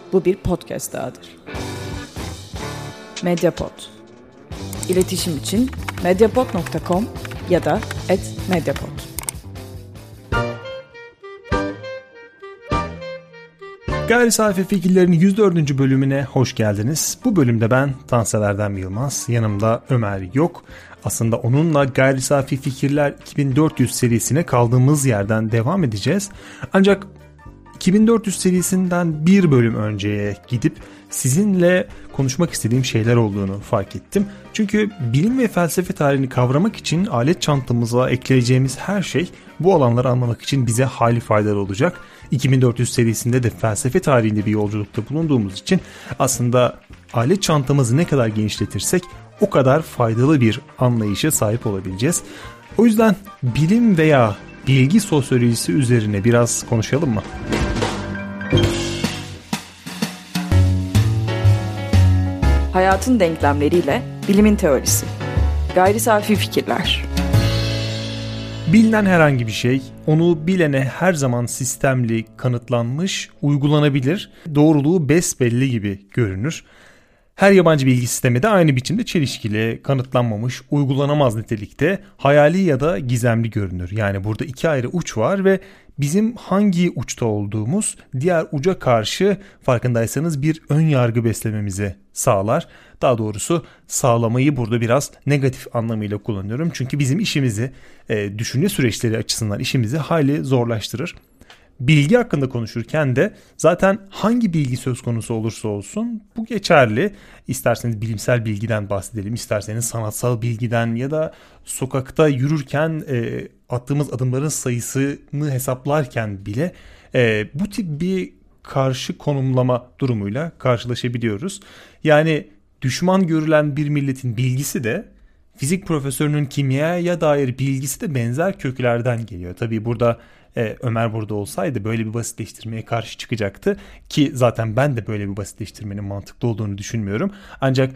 Bu bir podcast dahadır. Mediapod. İletişim için mediapod.com ya da @mediapod. Gayri Safi Fikirlerin 104. bölümüne hoş geldiniz. Bu bölümde ben Tansever Erdem Yılmaz, yanımda Ömer yok. Aslında onunla Gayri Safi Fikirler 2400 serisine kaldığımız yerden devam edeceğiz. Ancak 2400 serisinden bir bölüm önceye gidip sizinle konuşmak istediğim şeyler olduğunu fark ettim. Çünkü bilim ve felsefe tarihini kavramak için alet çantamıza ekleyeceğimiz her şey bu alanları anlamak için bize hali faydalı olacak. 2400 serisinde de felsefe tarihinde bir yolculukta bulunduğumuz için aslında alet çantamızı ne kadar genişletirsek o kadar faydalı bir anlayışa sahip olabileceğiz. O yüzden bilim veya bilgi sosyolojisi üzerine biraz konuşalım mı? Hayatın denklemleriyle bilimin teorisi. Gayri safi fikirler. Bilinen herhangi bir şey, onu bilene her zaman sistemli, kanıtlanmış, uygulanabilir, doğruluğu besbelli gibi görünür. Her yabancı bilgi sistemi de aynı biçimde çelişkili, kanıtlanmamış, uygulanamaz nitelikte, hayali ya da gizemli görünür. Yani burada iki ayrı uç var ve bizim hangi uçta olduğumuz diğer uca karşı farkındaysanız bir ön yargı beslememizi sağlar. Daha doğrusu sağlamayı burada biraz negatif anlamıyla kullanıyorum. Çünkü bizim işimizi, düşünce süreçleri açısından işimizi hayli zorlaştırır. Bilgi hakkında konuşurken de zaten hangi bilgi söz konusu olursa olsun bu geçerli. İsterseniz bilimsel bilgiden bahsedelim, isterseniz sanatsal bilgiden ya da sokakta yürürken attığımız adımların sayısını hesaplarken bile bu tip bir karşı konumlama durumuyla karşılaşabiliyoruz. Yani düşman görülen bir milletin bilgisi de fizik profesörünün kimyaya dair bilgisi de benzer köklerden geliyor. Tabii burada Ömer burada olsaydı böyle bir basitleştirmeye karşı çıkacaktı ki zaten ben de böyle bir basitleştirmenin mantıklı olduğunu düşünmüyorum. Ancak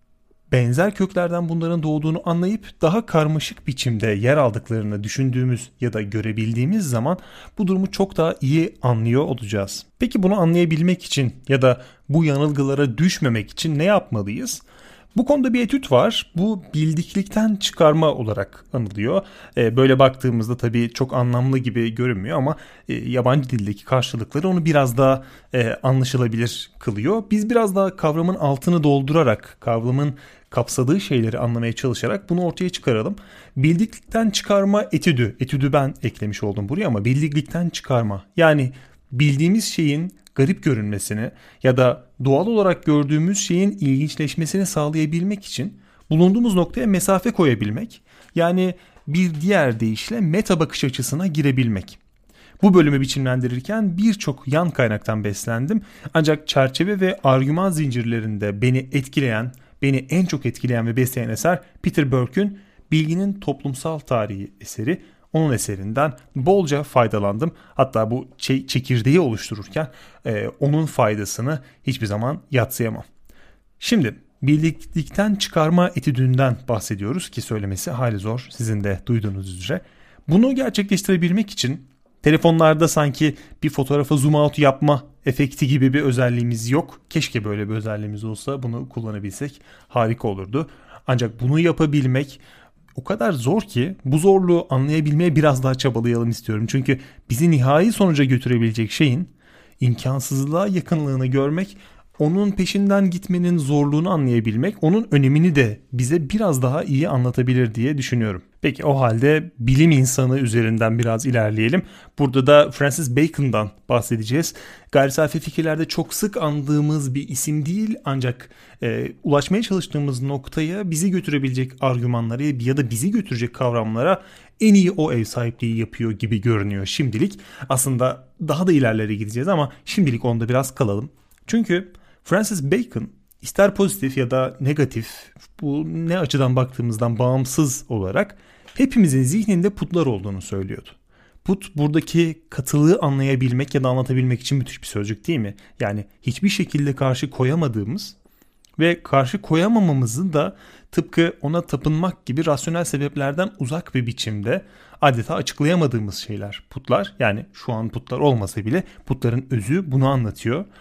benzer köklerden bunların doğduğunu anlayıp daha karmaşık biçimde yer aldıklarını düşündüğümüz ya da görebildiğimiz zaman bu durumu çok daha iyi anlıyor olacağız. Peki bunu anlayabilmek için ya da bu yanılgılara düşmemek için ne yapmalıyız? Bu konuda bir etüt var. Bu bildiklikten çıkarma olarak anılıyor. Böyle baktığımızda tabii çok anlamlı gibi görünmüyor ama yabancı dildeki karşılıkları onu biraz daha anlaşılabilir kılıyor. Biz biraz daha kavramın altını doldurarak, kavramın kapsadığı şeyleri anlamaya çalışarak bunu ortaya çıkaralım. Bildiklikten çıkarma etüdü. Etüdü ben eklemiş oldum buraya ama bildiklikten çıkarma. Yani bildiğimiz şeyin garip görünmesini ya da doğal olarak gördüğümüz şeyin ilginçleşmesini sağlayabilmek için bulunduğumuz noktaya mesafe koyabilmek, yani bir diğer deyişle meta bakış açısına girebilmek. Bu bölümü biçimlendirirken birçok yan kaynaktan beslendim. Ancak çerçeve ve argüman zincirlerinde beni etkileyen, beni en çok etkileyen ve besleyen eser Peter Burke'ün Bilginin Toplumsal Tarihi eseri. Onun eserinden bolca faydalandım. Hatta bu çekirdeği oluştururken onun faydasını hiçbir zaman yadsıyamam. Şimdi bildiklikten çıkarma etüdünden bahsediyoruz ki söylemesi hali zor, sizin de duyduğunuz üzere. Bunu gerçekleştirebilmek için telefonlarda sanki bir fotoğrafa zoom out yapma efekti gibi bir özelliğimiz yok. Keşke böyle bir özelliğimiz olsa, bunu kullanabilsek harika olurdu. Ancak bunu yapabilmek o kadar zor ki bu zorluğu anlayabilmeye biraz daha çabalayalım istiyorum. Çünkü bizi nihai sonuca götürebilecek şeyin imkansızlığa yakınlığını görmek, onun peşinden gitmenin zorluğunu anlayabilmek, onun önemini de bize biraz daha iyi anlatabilir diye düşünüyorum. Peki o halde bilim insanı üzerinden biraz ilerleyelim. Burada da Francis Bacon'dan bahsedeceğiz. Gayri safi fikirlerde çok sık andığımız bir isim değil, ancak ulaşmaya çalıştığımız noktaya bizi götürebilecek argümanları ya da bizi götürecek kavramlara en iyi o ev sahipliği yapıyor gibi görünüyor şimdilik. Aslında daha da ilerlere gideceğiz ama şimdilik onda biraz kalalım. Çünkü Francis Bacon ister pozitif ya da negatif, bu ne açıdan baktığımızdan bağımsız olarak hepimizin zihninde putlar olduğunu söylüyordu. Put buradaki katılığı anlayabilmek ya da anlatabilmek için müthiş bir sözcük değil mi? Yani hiçbir şekilde karşı koyamadığımız ve karşı koyamamamızın da tıpkı ona tapınmak gibi rasyonel sebeplerden uzak bir biçimde adeta açıklayamadığımız şeyler putlar. Yani şu an putlar olmasa bile putların özü bunu anlatıyor.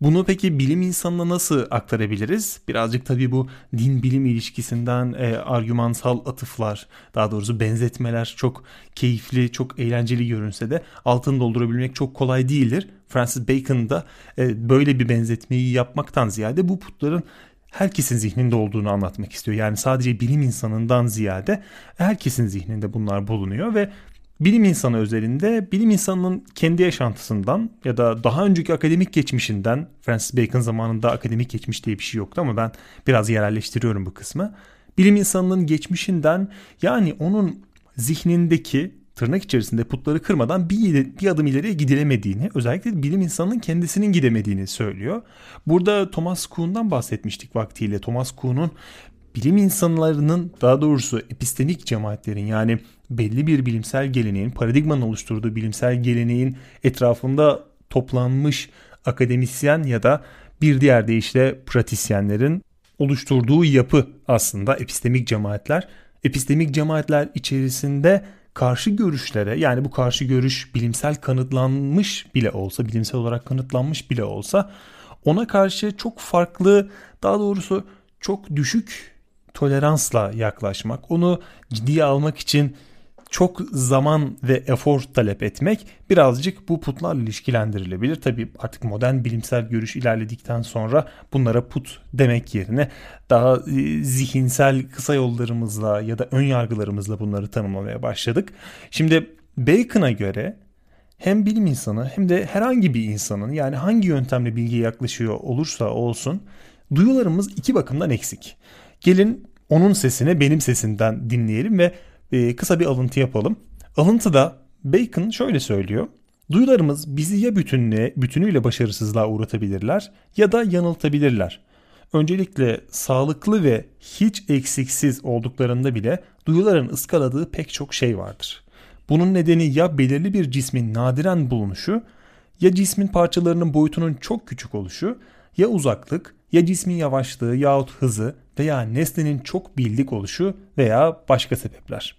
Bunu peki bilim insanına nasıl aktarabiliriz? Birazcık tabii bu din-bilim ilişkisinden argümansal atıflar, daha doğrusu benzetmeler çok keyifli, çok eğlenceli görünse de altını doldurabilmek çok kolay değildir. Francis Bacon da böyle bir benzetmeyi yapmaktan ziyade bu putların herkesin zihninde olduğunu anlatmak istiyor. Yani sadece bilim insanından ziyade herkesin zihninde bunlar bulunuyor ve bilim insanı özelinde bilim insanının kendi yaşantısından ya da daha önceki akademik geçmişinden, Francis Bacon zamanında akademik geçmiş diye bir şey yoktu ama ben biraz yerelleştiriyorum bu kısmı. Bilim insanının geçmişinden, yani onun zihnindeki tırnak içerisinde putları kırmadan bir adım ileriye gidilemediğini, özellikle bilim insanının kendisinin gidemediğini söylüyor. Burada Thomas Kuhn'dan bahsetmiştik vaktiyle. Thomas Kuhn'un bilim insanlarının, daha doğrusu epistemik cemaatlerin, yani belli bir bilimsel geleneğin, paradigmanın oluşturduğu bilimsel geleneğin etrafında toplanmış akademisyen ya da bir diğer deyişle pratisyenlerin oluşturduğu yapı aslında epistemik cemaatler. Epistemik cemaatler içerisinde karşı görüşlere, yani bu karşı görüş bilimsel kanıtlanmış bile olsa, bilimsel olarak kanıtlanmış bile olsa, ona karşı çok farklı, daha doğrusu çok düşük toleransla yaklaşmak, onu ciddiye almak için çok zaman ve efor talep etmek birazcık bu putlarla ilişkilendirilebilir. Tabii artık modern bilimsel görüş ilerledikten sonra bunlara put demek yerine daha zihinsel kısa yollarımızla ya da ön yargılarımızla bunları tanımlamaya başladık. Şimdi Bacon'a göre hem bilim insanı hem de herhangi bir insanın, yani hangi yöntemle bilgiye yaklaşıyor olursa olsun, duyularımız iki bakımdan eksik. Gelin onun sesini benim sesimden dinleyelim ve kısa bir alıntı yapalım. Alıntıda Bacon şöyle söylüyor: duyularımız bizi ya bütünüyle başarısızlığa uğratabilirler ya da yanıltabilirler. Öncelikle sağlıklı ve hiç eksiksiz olduklarında bile duyuların ıskaladığı pek çok şey vardır. Bunun nedeni ya belirli bir cismin nadiren bulunuşu, ya cismin parçalarının boyutunun çok küçük oluşu, ya uzaklık, ya cismin yavaşlığı yahut hızı veya nesnenin çok bildik oluşu veya başka sebepler.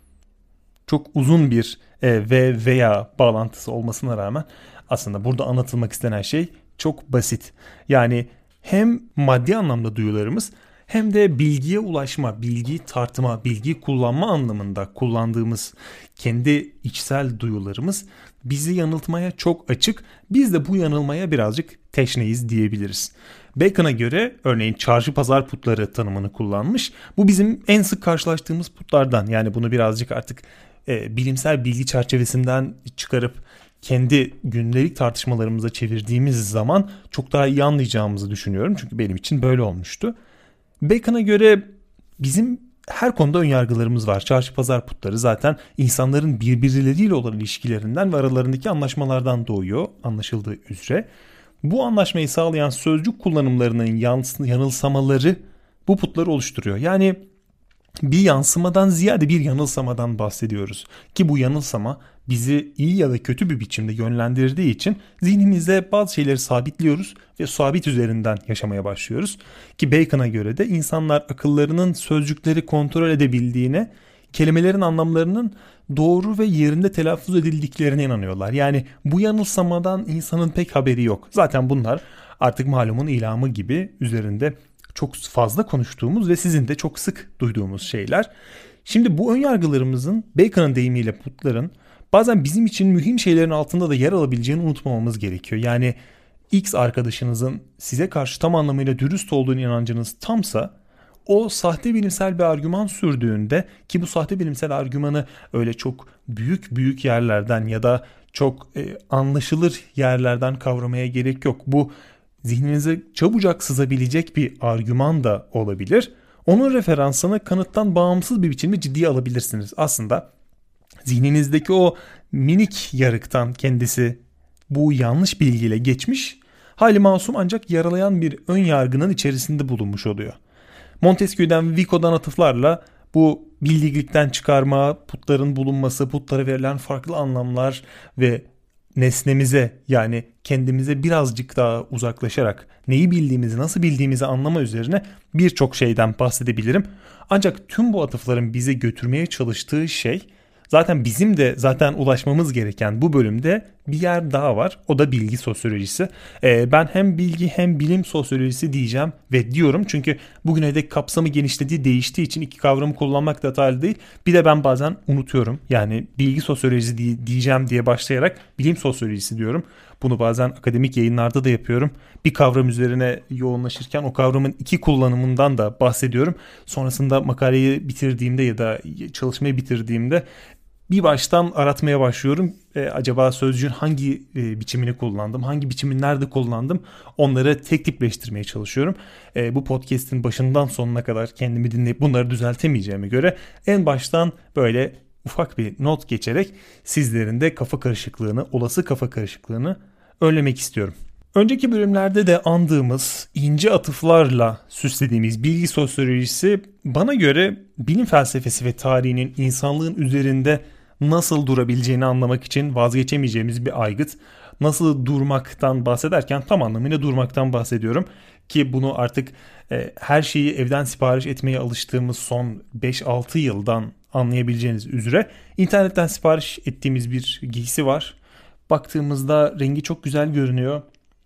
Çok uzun bir ve veya bağlantısı olmasına rağmen aslında burada anlatılmak istenen şey çok basit. Yani hem maddi anlamda duyularımız hem de bilgiye ulaşma, bilgi tartma, bilgi kullanma anlamında kullandığımız kendi içsel duyularımız bizi yanıltmaya çok açık. Biz de bu yanılmaya birazcık teşneyiz diyebiliriz. Bacon'a göre örneğin çarşı pazar putları tanımını kullanmış. Bu bizim en sık karşılaştığımız putlardan. Yani bunu birazcık artık bilimsel bilgi çerçevesinden çıkarıp kendi gündelik tartışmalarımıza çevirdiğimiz zaman çok daha iyi anlayacağımızı düşünüyorum. Çünkü benim için böyle olmuştu. Bacon'a göre bizim her konuda önyargılarımız var. Çarşı pazar putları zaten insanların birbirleriyle olan ilişkilerinden ve aralarındaki anlaşmalardan doğuyor, anlaşıldığı üzere. Bu anlaşmayı sağlayan sözcük kullanımlarının yanılsamaları bu putları oluşturuyor. Yani bir yansımadan ziyade bir yanılsamadan bahsediyoruz. Ki bu yanılsama bizi iyi ya da kötü bir biçimde yönlendirdiği için zihnimizde bazı şeyleri sabitliyoruz ve sabit üzerinden yaşamaya başlıyoruz. Ki Bacon'a göre de insanlar akıllarının sözcükleri kontrol edebildiğine, kelimelerin anlamlarının doğru ve yerinde telaffuz edildiklerine inanıyorlar. Yani bu yanılsamadan insanın pek haberi yok. Zaten bunlar artık malumun ilamı gibi üzerinde çok fazla konuştuğumuz ve sizin de çok sık duyduğumuz şeyler. Şimdi bu önyargılarımızın, Bacon'ın deyimiyle putların, bazen bizim için mühim şeylerin altında da yer alabileceğini unutmamamız gerekiyor. Yani X arkadaşınızın size karşı tam anlamıyla dürüst olduğunu inancınız tamsa, o sahte bilimsel bir argüman sürdüğünde, ki bu sahte bilimsel argümanı öyle çok büyük yerlerden ya da çok anlaşılır yerlerden kavramaya gerek yok. Bu zihninize çabucak sızabilecek bir argüman da olabilir. Onun referansını kanıttan bağımsız bir biçimde ciddiye alabilirsiniz. Aslında zihninizdeki o minik yarıktan kendisi bu yanlış bilgiyle geçmiş, hali masum ancak yaralayan bir ön yargının içerisinde bulunmuş oluyor. Montesquieu'den, Vico'dan atıflarla bu bilgilikten çıkarma, putların bulunması, putlara verilen farklı anlamlar ve nesnemize, yani kendimize birazcık daha uzaklaşarak neyi bildiğimizi, nasıl bildiğimizi anlama üzerine birçok şeyden bahsedebilirim. Ancak tüm bu atıfların bize götürmeye çalıştığı şey Zaten bizim de ulaşmamız gereken bu bölümde bir yer daha var. O da bilgi sosyolojisi. Ben hem bilgi hem bilim sosyolojisi diyeceğim ve diyorum çünkü bugüne dek kapsamı genişlediği, değiştiği için iki kavramı kullanmak da hatalı değil. Bir de ben bazen unutuyorum. Yani bilgi sosyolojisi diyeceğim diye başlayarak bilim sosyolojisi diyorum. Bunu bazen akademik yayınlarda da yapıyorum. Bir kavram üzerine yoğunlaşırken o kavramın iki kullanımından da bahsediyorum. Sonrasında makaleyi bitirdiğimde ya da çalışmayı bitirdiğimde bir baştan aratmaya başlıyorum. Acaba sözcüğün hangi biçimini kullandım, hangi biçimini nerede kullandım, onları tek tipleştirmeye çalışıyorum. Bu podcast'in başından sonuna kadar kendimi dinleyip bunları düzeltemeyeceğime göre en baştan böyle ufak bir not geçerek sizlerin de kafa karışıklığını, olası kafa karışıklığını önlemek istiyorum. Önceki bölümlerde de andığımız, ince atıflarla süslediğimiz bilgi sosyolojisi bana göre bilim felsefesi ve tarihinin insanlığın üzerinde nasıl durabileceğini anlamak için vazgeçemeyeceğimiz bir aygıt. Nasıl durmaktan bahsederken tam anlamıyla durmaktan bahsediyorum. Ki bunu artık her şeyi evden sipariş etmeye alıştığımız son 5-6 yıldan anlayabileceğiniz üzere internetten sipariş ettiğimiz bir giysi var. Baktığımızda rengi çok güzel görünüyor.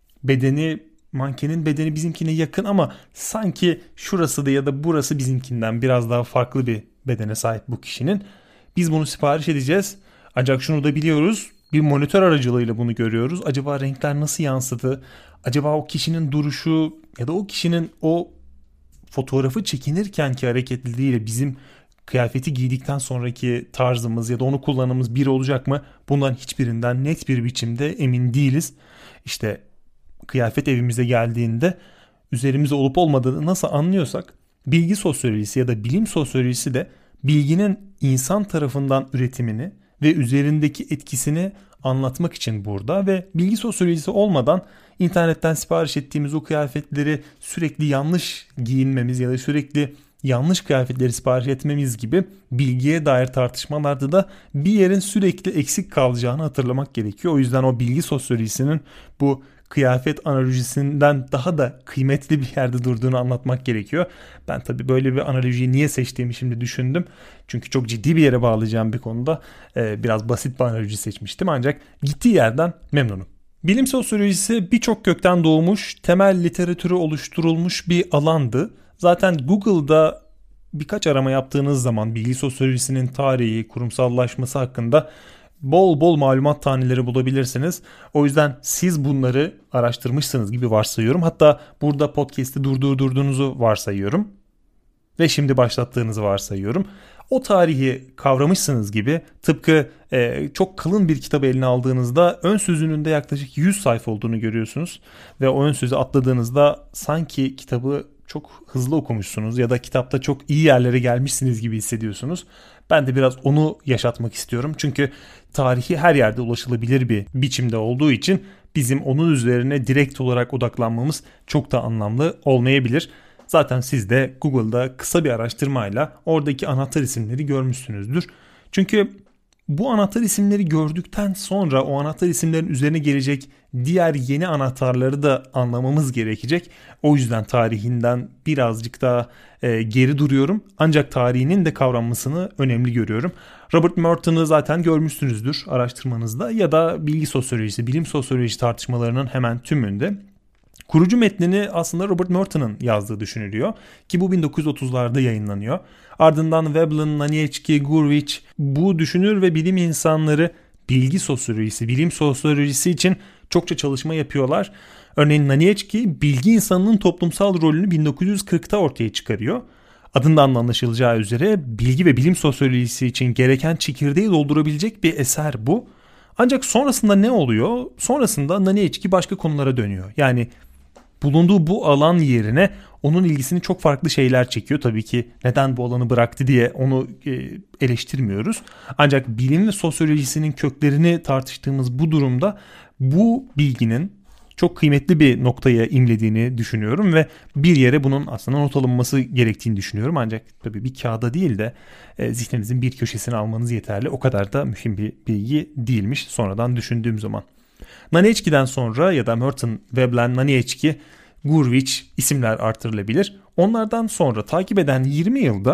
Mankenin bedeni bizimkine yakın ama sanki şurası da ya da burası bizimkinden biraz daha farklı bir bedene sahip bu kişinin. Biz bunu sipariş edeceğiz. Ancak şunu da biliyoruz. Bir monitör aracılığıyla bunu görüyoruz. Acaba renkler nasıl yansıdı? Acaba o kişinin duruşu ya da o kişinin o fotoğrafı çekinirkenki hareketliliğiyle bizim kıyafeti giydikten sonraki tarzımız ya da onu kullanımımız bir olacak mı? Bundan hiçbirinden net bir biçimde emin değiliz. İşte kıyafet evimize geldiğinde üzerimizde olup olmadığını nasıl anlıyorsak bilgi sosyolojisi ya da bilim sosyolojisi de bilginin insan tarafından üretimini ve üzerindeki etkisini anlatmak için burada ve bilgi sosyolojisi olmadan internetten sipariş ettiğimiz o kıyafetleri sürekli yanlış giyinmemiz ya da sürekli yanlış kıyafetleri sipariş etmemiz gibi bilgiye dair tartışmalarda da bir yerin sürekli eksik kalacağını hatırlamak gerekiyor. O yüzden o bilgi sosyolojisinin bu kıyafet analojisinden daha da kıymetli bir yerde durduğunu anlatmak gerekiyor. Ben tabii böyle bir analojiyi niye seçtiğimi şimdi düşündüm. Çünkü çok ciddi bir yere bağlayacağım bir konuda biraz basit bir analoji seçmiştim ancak gittiği yerden memnunum. Bilim sosyolojisi birçok kökten doğmuş, temel literatürü oluşturulmuş bir alandı. Zaten Google'da birkaç arama yaptığınız zaman bilgi sosyolojisinin tarihi, kurumsallaşması hakkında bol bol malumat taneleri bulabilirsiniz. O yüzden siz bunları araştırmışsınız gibi varsayıyorum. Hatta burada podcast'i durdurduğunuzu varsayıyorum. Ve şimdi başlattığınızı varsayıyorum. O tarihi kavramışsınız gibi tıpkı çok kalın bir kitabı eline aldığınızda ön sözünün de yaklaşık 100 sayfa olduğunu görüyorsunuz. Ve o ön sözü atladığınızda sanki kitabı çok hızlı okumuşsunuz ya da kitapta çok iyi yerlere gelmişsiniz gibi hissediyorsunuz. Ben de biraz onu yaşatmak istiyorum. Çünkü tarihi her yerde ulaşılabilir bir biçimde olduğu için bizim onun üzerine direkt olarak odaklanmamız çok da anlamlı olmayabilir. Zaten siz de Google'da kısa bir araştırmayla oradaki anahtar isimleri görmüşsünüzdür. Çünkü bu anahtar isimleri gördükten sonra o anahtar isimlerin üzerine gelecek diğer yeni anahtarları da anlamamız gerekecek. O yüzden tarihinden birazcık daha geri duruyorum. Ancak tarihinin de kavranmasını önemli görüyorum. Robert Merton'u zaten görmüşsünüzdür araştırmanızda ya da bilgi sosyolojisi, bilim sosyolojisi tartışmalarının hemen tümünde. Kurucu metnini aslında Robert Merton'un yazdığı düşünülüyor ki bu 1930'larda yayınlanıyor. Ardından Veblen, Naniechki, Gurwitch bu düşünür ve bilim insanları bilgi sosyolojisi, bilim sosyolojisi için çokça çalışma yapıyorlar. Örneğin Naniechki bilgi insanının toplumsal rolünü 1940'ta ortaya çıkarıyor. Adından da anlaşılacağı üzere bilgi ve bilim sosyolojisi için gereken çekirdeği doldurabilecek bir eser bu. Ancak sonrasında ne oluyor? Sonrasında Naniechki başka konulara dönüyor. Yani bulunduğu bu alan yerine onun ilgisini çok farklı şeyler çekiyor. Tabii ki neden bu alanı bıraktı diye onu eleştirmiyoruz. Ancak bilim ve sosyolojisinin köklerini tartıştığımız bu durumda bu bilginin çok kıymetli bir noktaya imlediğini düşünüyorum ve bir yere bunun aslında not alınması gerektiğini düşünüyorum. Ancak tabii bir kağıda değil de zihninizin bir köşesine almanız yeterli. O kadar da mühim bir bilgi değilmiş sonradan düşündüğüm zaman. Naniechki'den sonra ya da Merton, Veblen, Naniechki, Gurwitch isimler artırılabilir. Onlardan sonra takip eden 20 yılda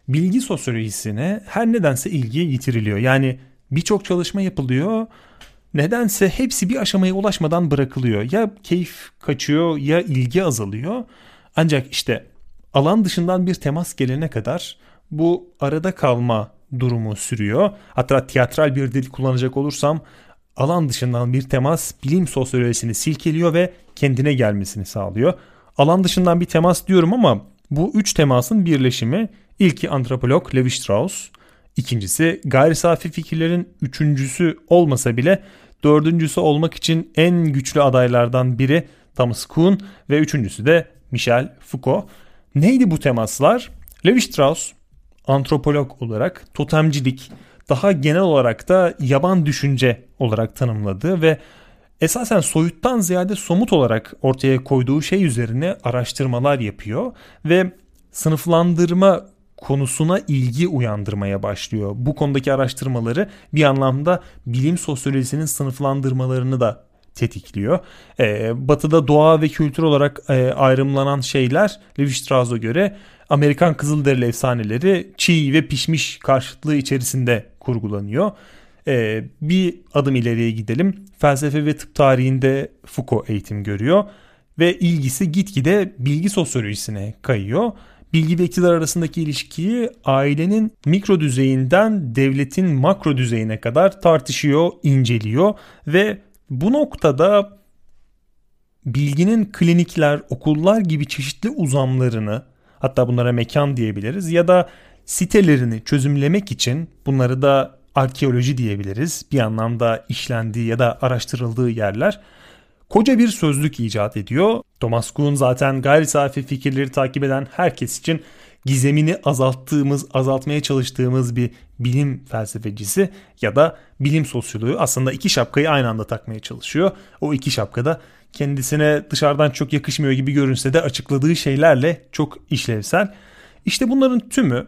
bilgi sosyolojisine her nedense ilgi yitiriliyor. Yani birçok çalışma yapılıyor. Nedense hepsi bir aşamaya ulaşmadan bırakılıyor. Ya keyif kaçıyor ya ilgi azalıyor. Ancak işte alan dışından bir temas gelene kadar bu arada kalma durumu sürüyor. Hatta tiyatral bir dil kullanacak olursam alan dışından bir temas bilim sosyolojisini silkeliyor ve kendine gelmesini sağlıyor. Alan dışından bir temas diyorum ama bu üç temasın birleşimi. İlki antropolog Levi Strauss, ikincisi gayri safi fikirlerin üçüncüsü olmasa bile dördüncüsü olmak için en güçlü adaylardan biri Thomas Kuhn ve üçüncüsü de Michel Foucault. Neydi bu temaslar? Levi Strauss antropolog olarak totemcilik, daha genel olarak da yaban düşünce olarak tanımladı ve esasen soyuttan ziyade somut olarak ortaya koyduğu şey üzerine araştırmalar yapıyor ve sınıflandırma konusuna ilgi uyandırmaya başlıyor. Bu konudaki araştırmaları bir anlamda bilim sosyolojisinin sınıflandırmalarını da tetikliyor. Batı'da doğa ve kültür olarak ayrımlanan şeyler Levi Strauss'a göre Amerikan Kızılderili efsaneleri çiğ ve pişmiş karşıtlığı içerisinde kurgulanıyor. Bir adım ileriye gidelim. Felsefe ve tıp tarihinde Foucault eğitim görüyor ve ilgisi gitgide bilgi sosyolojisine kayıyor. Bilgi ve iktidar arasındaki ilişkiyi ailenin mikro düzeyinden devletin makro düzeyine kadar tartışıyor, inceliyor ve bu noktada bilginin klinikler, okullar gibi çeşitli uzamlarını, hatta bunlara mekan diyebiliriz ya da sitelerini çözümlemek için bunları da arkeoloji diyebiliriz. Bir anlamda işlendiği ya da araştırıldığı yerler. Koca bir sözlük icat ediyor. Thomas Kuhn zaten gayri safi fikirleri takip eden herkes için gizemini azaltmaya çalıştığımız bir bilim felsefecisi ya da bilim sosyoloğu. Aslında iki şapkayı aynı anda takmaya çalışıyor. O iki şapkada kendisine dışarıdan çok yakışmıyor gibi görünse de açıkladığı şeylerle çok işlevsel. İşte bunların tümü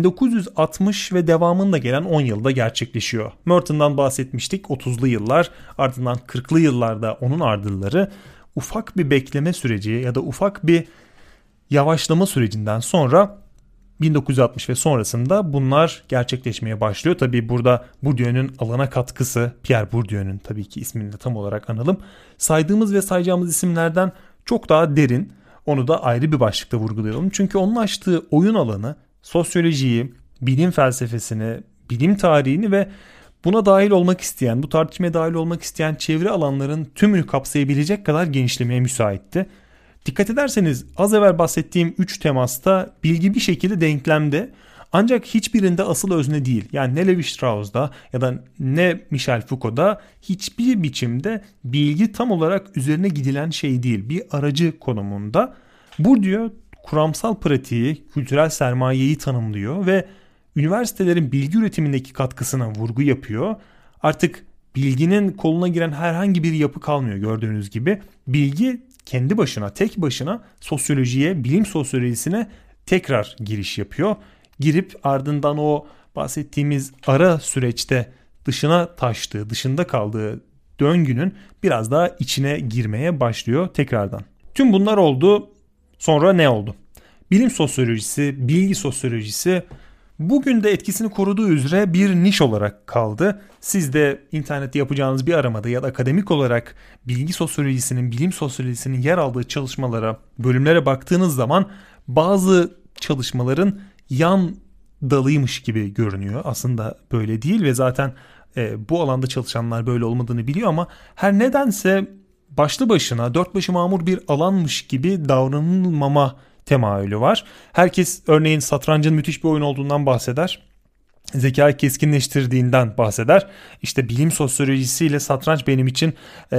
1960 ve devamında gelen 10 yılda gerçekleşiyor. Merton'dan bahsetmiştik, 30'lu yıllar, ardından 40'lı yıllarda onun ardılları ufak bir bekleme süreci ya da ufak bir yavaşlama sürecinden sonra 1960 ve sonrasında bunlar gerçekleşmeye başlıyor. Tabii burada Bourdieu'nun alana katkısı, Pierre Bourdieu'nun tabii ki ismini de tam olarak analım. Saydığımız ve sayacağımız isimlerden çok daha derin, onu da ayrı bir başlıkta vurgulayalım. Çünkü onun açtığı oyun alanı sosyolojiyi, bilim felsefesini, bilim tarihini ve buna dahil olmak isteyen, bu tartışmaya dahil olmak isteyen çevre alanların tümünü kapsayabilecek kadar genişlemeye müsaitti. Dikkat ederseniz az evvel bahsettiğim 3 temasta bilgi bir şekilde denklemde, ancak hiçbirinde asıl özne değil. Yani ne Levi Strauss'da ya da ne Michel Foucault'da hiçbir biçimde bilgi tam olarak üzerine gidilen şey değil. Bir aracı konumunda. Bourdieu kuramsal pratiği, kültürel sermayeyi tanımlıyor ve üniversitelerin bilgi üretimindeki katkısına vurgu yapıyor. Artık bilginin koluna giren herhangi bir yapı kalmıyor gördüğünüz gibi. Bilgi kendi başına, tek başına sosyolojiye, bilim sosyolojisine tekrar giriş yapıyor. Girip ardından o bahsettiğimiz ara süreçte dışına taştığı, dışında kaldığı döngünün biraz daha içine girmeye başlıyor tekrardan. Tüm bunlar oldu. Sonra ne oldu? Bilim sosyolojisi, bilgi sosyolojisi bugün de etkisini koruduğu üzere bir niş olarak kaldı. Siz de internette yapacağınız bir aramada ya da akademik olarak bilgi sosyolojisinin, bilim sosyolojisinin yer aldığı çalışmalara, bölümlere baktığınız zaman bazı çalışmaların yan dalıymış gibi görünüyor. Aslında böyle değil ve zaten bu alanda çalışanlar böyle olmadığını biliyor ama her nedense başlı başına dört başı mamur bir alanmış gibi davranılmama temayülü var. Herkes örneğin satrancın müthiş bir oyun olduğundan bahseder. Zekayı keskinleştirdiğinden bahseder. İşte bilim sosyolojisiyle satranç benim için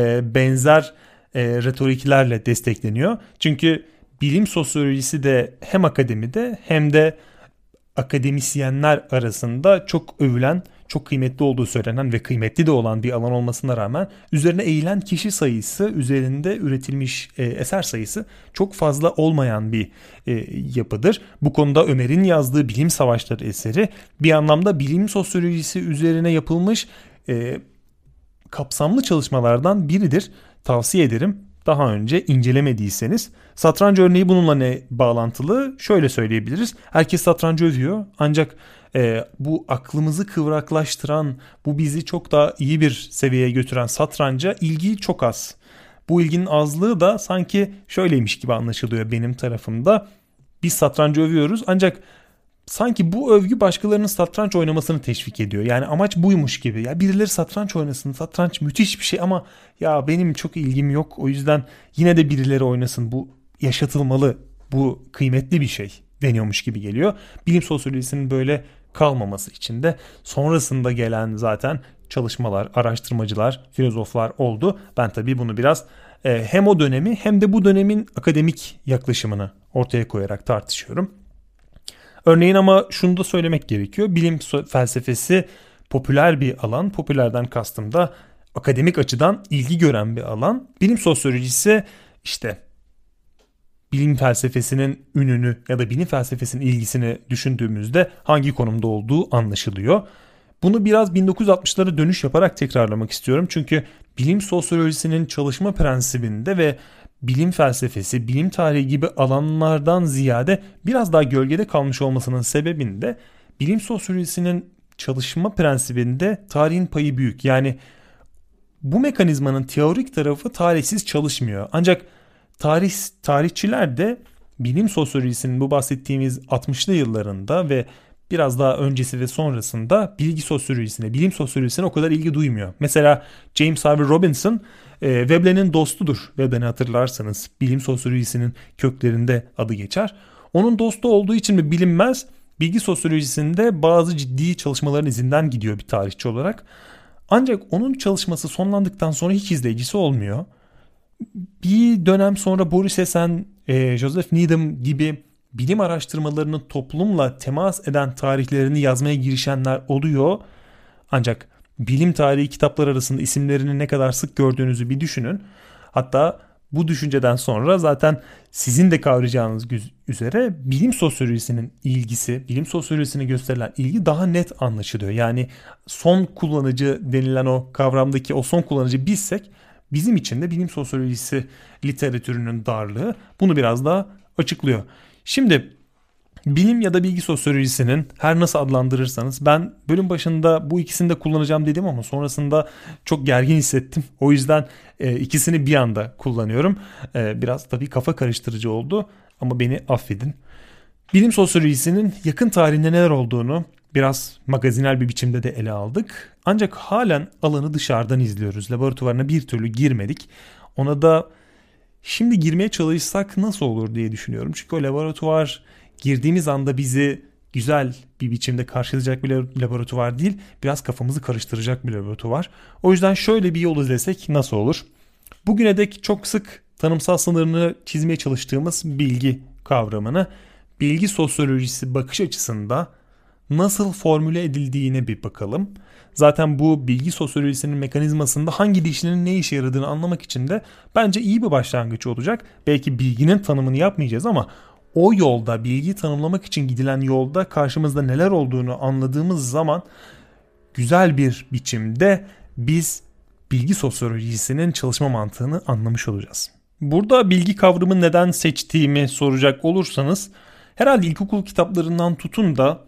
benzer retoriklerle destekleniyor. Çünkü bilim sosyolojisi de hem akademide hem de akademisyenler arasında çok övülen, çok kıymetli olduğu söylenen ve kıymetli de olan bir alan olmasına rağmen üzerine eğilen kişi sayısı, üzerinde üretilmiş eser sayısı çok fazla olmayan bir yapıdır. Bu konuda Ömer'in yazdığı Bilim Savaşları eseri bir anlamda bilim sosyolojisi üzerine yapılmış kapsamlı çalışmalardan biridir. Tavsiye ederim. daha önce incelemediyseniz. Satranç örneği bununla ne bağlantılı? Şöyle söyleyebiliriz. Herkes satrancı övüyor ancak bu aklımızı kıvraklaştıran, bu bizi çok daha iyi bir seviyeye götüren satranca ilgi çok az. Bu ilginin azlığı da sanki şöyleymiş gibi anlaşılıyor benim tarafımda. Biz satrancı övüyoruz ancak sanki bu övgü başkalarının satranç oynamasını teşvik ediyor. Yani amaç buymuş gibi. Ya birileri satranç oynasın. Satranç müthiş bir şey ama ya benim çok ilgim yok. O yüzden yine de birileri oynasın. Bu yaşatılmalı. Bu kıymetli bir şey deniyormuş gibi geliyor. Bilim sosyolojisinin böyle kalmaması için de sonrasında gelen zaten çalışmalar, araştırmacılar, filozoflar oldu. Ben tabii bunu biraz hem o dönemi hem de bu dönemin akademik yaklaşımını ortaya koyarak tartışıyorum. Örneğin ama şunu da söylemek gerekiyor. Bilim felsefesi popüler bir alan. Popülerden kastım da akademik açıdan ilgi gören bir alan. Bilim sosyolojisi işte bilim felsefesinin ününü ya da bilim felsefesinin ilgisini düşündüğümüzde hangi konumda olduğu anlaşılıyor. Bunu biraz 1960'lara dönüş yaparak tekrarlamak istiyorum. Çünkü bilim sosyolojisinin çalışma prensibinde ve bilim felsefesi, bilim tarihi gibi alanlardan ziyade biraz daha gölgede kalmış olmasının sebebinde bilim sosyolojisinin çalışma prensibinde tarihin payı büyük. Yani bu mekanizmanın teorik tarafı tarihsiz çalışmıyor. Ancak tarihçiler de bilim sosyolojisinin bu bahsettiğimiz 60'lı yıllarında ve biraz daha öncesi ve sonrasında bilim sosyolojisine o kadar ilgi duymuyor. Mesela James Harvey Robinson Veblen'in dostudur. Veblen'i hatırlarsanız bilim sosyolojisinin köklerinde adı geçer. Onun dostu olduğu için mi bilinmez, bilgi sosyolojisinde bazı ciddi çalışmaların izinden gidiyor bir tarihçi olarak. Ancak onun çalışması sonlandıktan sonra hiç izleyicisi olmuyor. Bir dönem sonra Boris Essen, Joseph Needham gibi bilim araştırmalarının toplumla temas eden tarihlerini yazmaya girişenler oluyor. Ancak bilim tarihi kitaplar arasında isimlerini ne kadar sık gördüğünüzü bir düşünün. Hatta bu düşünceden sonra zaten sizin de kavrayacağınız üzere bilim sosyolojisinin ilgisi, bilim sosyolojisine gösterilen ilgi daha net anlaşılıyor. Yani son kullanıcı denilen o kavramdaki o son kullanıcı bizsek bizim için de bilim sosyolojisi literatürünün darlığı bunu biraz daha açıklıyor. Şimdi bilim ya da bilgi sosyolojisinin her nasıl adlandırırsanız, ben bölüm başında bu ikisini de kullanacağım dedim ama sonrasında çok gergin hissettim. O yüzden ikisini bir anda kullanıyorum. Biraz tabii kafa karıştırıcı oldu ama beni affedin. Bilim sosyolojisinin yakın tarihinde neler olduğunu biraz magazinel bir biçimde de ele aldık. Ancak halen alanı dışarıdan izliyoruz. Laboratuvarına bir türlü girmedik. Ona da şimdi girmeye çalışsak nasıl olur diye düşünüyorum. Çünkü o laboratuvar girdiğimiz anda bizi güzel bir biçimde karşılayacak bir laboratuvar değil, biraz kafamızı karıştıracak bir laboratuvar. O yüzden şöyle bir yol izlesek nasıl olur? Bugüne dek çok sık tanımsal sınırını çizmeye çalıştığımız bilgi kavramını bilgi sosyolojisi bakış açısında nasıl formüle edildiğine bir bakalım. Zaten bu bilgi sosyolojisinin mekanizmasında hangi dişinin ne işe yaradığını anlamak için de bence iyi bir başlangıç olacak. Belki bilginin tanımını yapmayacağız ama o yolda, bilgiyi tanımlamak için gidilen yolda karşımızda neler olduğunu anladığımız zaman güzel bir biçimde biz bilgi sosyolojisinin çalışma mantığını anlamış olacağız. Burada bilgi kavramını neden seçtiğimi soracak olursanız, herhalde ilkokul kitaplarından tutun da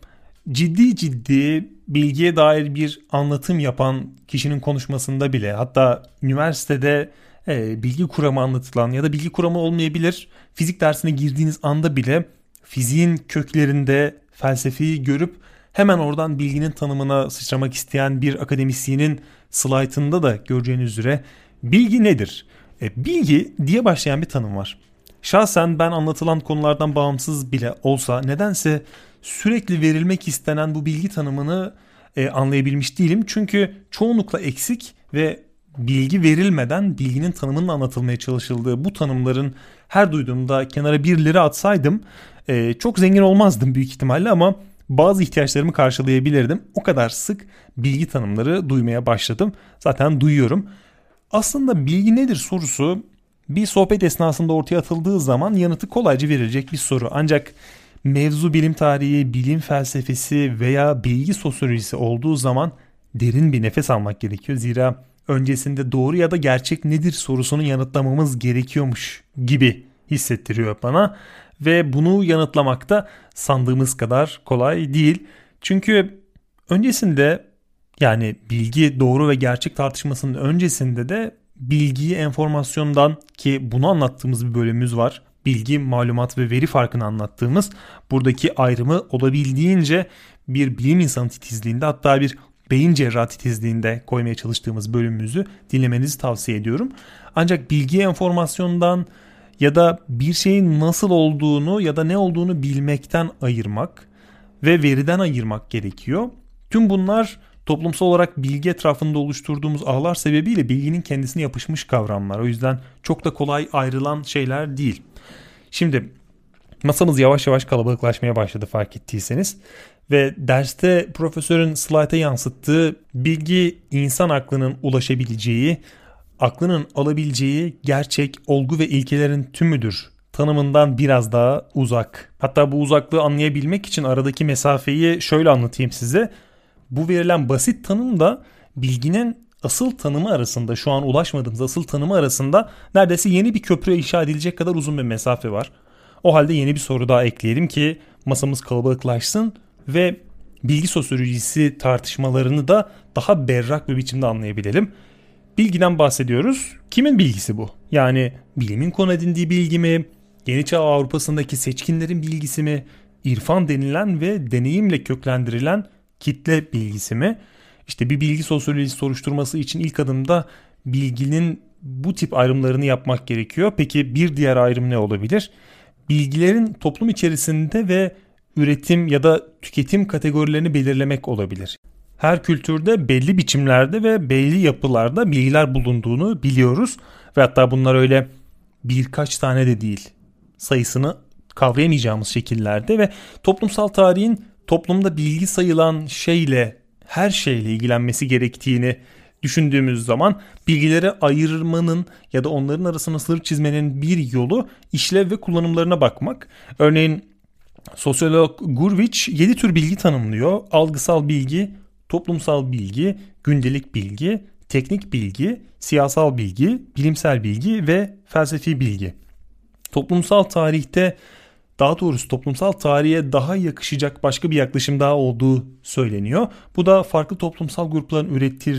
ciddi bilgiye dair bir anlatım yapan kişinin konuşmasında bile, hatta üniversitede bilgi kuramı anlatılan ya da bilgi kuramı olmayabilir, fizik dersine girdiğiniz anda bile fiziğin köklerinde felsefeyi görüp hemen oradan bilginin tanımına sıçramak isteyen bir akademisyenin slaytında da göreceğiniz üzere bilgi nedir? Bilgi diye başlayan bir tanım var. Şahsen ben anlatılan konulardan bağımsız bile olsa nedense sürekli verilmek istenen bu bilgi tanımını anlayabilmiş değilim. Çünkü çoğunlukla eksik ve bilgi verilmeden bilginin tanımının anlatılmaya çalışıldığı bu tanımların her duyduğumda kenara 1 lira atsaydım çok zengin olmazdım büyük ihtimalle ama bazı ihtiyaçlarımı karşılayabilirdim. O kadar sık bilgi tanımları duymaya başladım. Zaten duyuyorum. Aslında bilgi nedir sorusu bir sohbet esnasında ortaya atıldığı zaman yanıtı kolayca verilecek bir soru. Ancak mevzu bilim tarihi, bilim felsefesi veya bilgi sosyolojisi olduğu zaman derin bir nefes almak gerekiyor. Zira öncesinde doğru ya da gerçek nedir sorusunu yanıtlamamız gerekiyormuş gibi hissettiriyor bana. Ve bunu yanıtlamak da sandığımız kadar kolay değil. Çünkü öncesinde, yani bilgi doğru ve gerçek tartışmasının öncesinde de bilgiyi enformasyondan, ki bunu anlattığımız bir bölümümüz var. Bilgi, malumat ve veri farkını anlattığımız, buradaki ayrımı olabildiğince bir bilim insanı titizliğinde, hatta bir beyin cerrahı titizliğinde koymaya çalıştığımız bölümümüzü dinlemenizi tavsiye ediyorum. Ancak bilgi enformasyondan ya da bir şeyin nasıl olduğunu ya da ne olduğunu bilmekten ayırmak ve veriden ayırmak gerekiyor. Tüm bunlar toplumsal olarak bilgi etrafında oluşturduğumuz ağlar sebebiyle bilginin kendisine yapışmış kavramlar. O yüzden çok da kolay ayrılan şeyler değil. Şimdi masamız yavaş yavaş kalabalıklaşmaya başladı, fark ettiyseniz. Ve derste profesörün slayta yansıttığı bilgi insan aklının ulaşabileceği, aklının alabileceği gerçek, olgu ve ilkelerin tümüdür tanımından biraz daha uzak. Hatta bu uzaklığı anlayabilmek için aradaki mesafeyi şöyle anlatayım size. Bu verilen basit tanım da bilginin asıl tanımı arasında, şu an ulaşmadığımız asıl tanımı arasında neredeyse yeni bir köprü inşa edilecek kadar uzun bir mesafe var. O halde yeni bir soru daha ekleyelim ki masamız kalabalıklaşsın ve bilgi sosyolojisi tartışmalarını da daha berrak bir biçimde anlayabilelim. Bilgiden bahsediyoruz. Kimin bilgisi bu? Yani bilimin konu edindiği bilgi mi? Yeni Çağ Avrupa'sındaki seçkinlerin bilgisi mi? İrfan denilen ve deneyimle köklendirilen kitle bilgisi mi? İşte bir bilgi sosyolojisi soruşturması için ilk adımda bilginin bu tip ayrımlarını yapmak gerekiyor. Peki bir diğer ayrım ne olabilir? Bilgilerin toplum içerisinde ve üretim ya da tüketim kategorilerini belirlemek olabilir. Her kültürde belli biçimlerde ve belli yapılarda bilgiler bulunduğunu biliyoruz. Ve hatta bunlar öyle birkaç tane de değil, sayısını kavrayamayacağımız şekillerde ve toplumsal tarihin toplumda bilgi sayılan şeyle, her şeyle ilgilenmesi gerektiğini düşündüğümüz zaman bilgileri ayırmanın ya da onların arasına sınır çizmenin bir yolu işlev ve kullanımlarına bakmak. Örneğin sosyolog Gurvich 7 tür bilgi tanımlıyor. Algısal bilgi, toplumsal bilgi, gündelik bilgi, teknik bilgi, siyasal bilgi, bilimsel bilgi ve felsefi bilgi. Toplumsal tarihte, daha doğrusu toplumsal tarihe daha yakışacak başka bir yaklaşım daha olduğu söyleniyor. Bu da farklı toplumsal grupların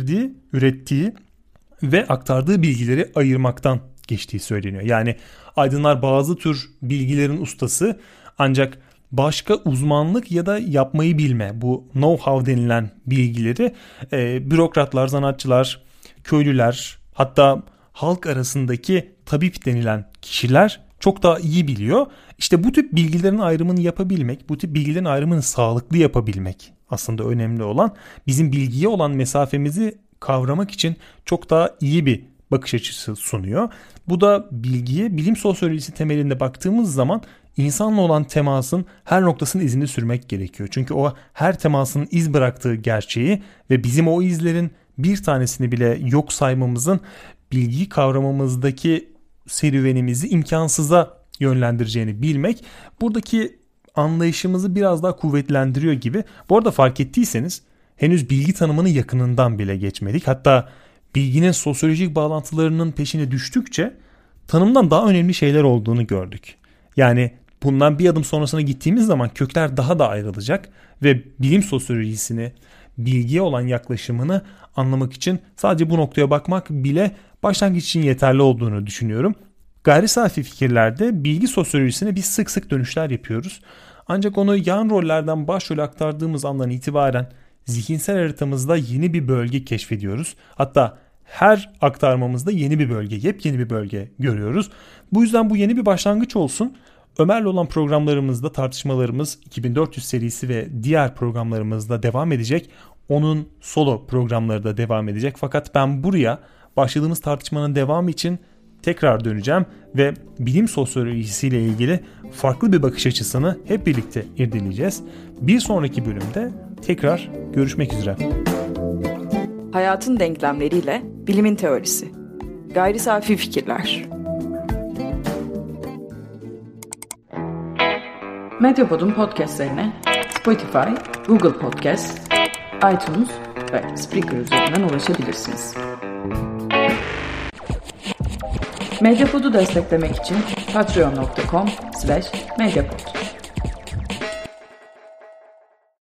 ürettiği ve aktardığı bilgileri ayırmaktan geçtiği söyleniyor. Yani aydınlar bazı tür bilgilerin ustası, ancak başka uzmanlık ya da yapmayı bilme, bu know-how denilen bilgileri bürokratlar, zanatçılar, köylüler, hatta halk arasındaki tabip denilen kişiler çok daha iyi biliyor. İşte bu tip bilgilerin ayrımını yapabilmek, bu tip bilgilerin ayrımını sağlıklı yapabilmek aslında önemli olan, bizim bilgiye olan mesafemizi kavramak için çok daha iyi bir bakış açısı sunuyor. Bu da bilgiye bilim sosyolojisi temelinde baktığımız zaman insanla olan temasın her noktasının izini sürmek gerekiyor. Çünkü o her temasının iz bıraktığı gerçeği ve bizim o izlerin bir tanesini bile yok saymamızın bilgiyi kavramamızdaki serüvenimizi imkansıza yönlendireceğini bilmek buradaki anlayışımızı biraz daha kuvvetlendiriyor gibi. Bu arada fark ettiyseniz henüz bilgi tanımının yakınından bile geçmedik. Hatta bilginin sosyolojik bağlantılarının peşine düştükçe tanımdan daha önemli şeyler olduğunu gördük. Yani bundan bir adım sonrasına gittiğimiz zaman kökler daha da ayrılacak ve bilim sosyolojisini, bilgiye olan yaklaşımını anlamak için sadece bu noktaya bakmak bile başlangıç için yeterli olduğunu düşünüyorum. Gayri safi fikirlerde bilgi sosyolojisine biz sık sık dönüşler yapıyoruz. Ancak onu yan rollerden başrole aktardığımız andan itibaren zihinsel haritamızda yeni bir bölge keşfediyoruz. Hatta her aktarmamızda yeni bir bölge, yepyeni bir bölge görüyoruz. Bu yüzden bu yeni bir başlangıç olsun. Ömer'le olan programlarımızda tartışmalarımız 2400 serisi ve diğer programlarımızda devam edecek. Onun solo programları da devam edecek. Fakat ben buraya başladığımız tartışmanın devamı için tekrar döneceğim ve bilim sosyolojisiyle ilgili farklı bir bakış açısını hep birlikte irdeleyeceğiz. Bir sonraki bölümde tekrar görüşmek üzere. Hayatın denklemleriyle bilimin teorisi. Gayri safi fikirler. Medyapod'un podcastlerine Spotify, Google Podcast, iTunes ve Spreaker üzerinden ulaşabilirsiniz. Medyapod'u desteklemek için patreon.com/medyapod.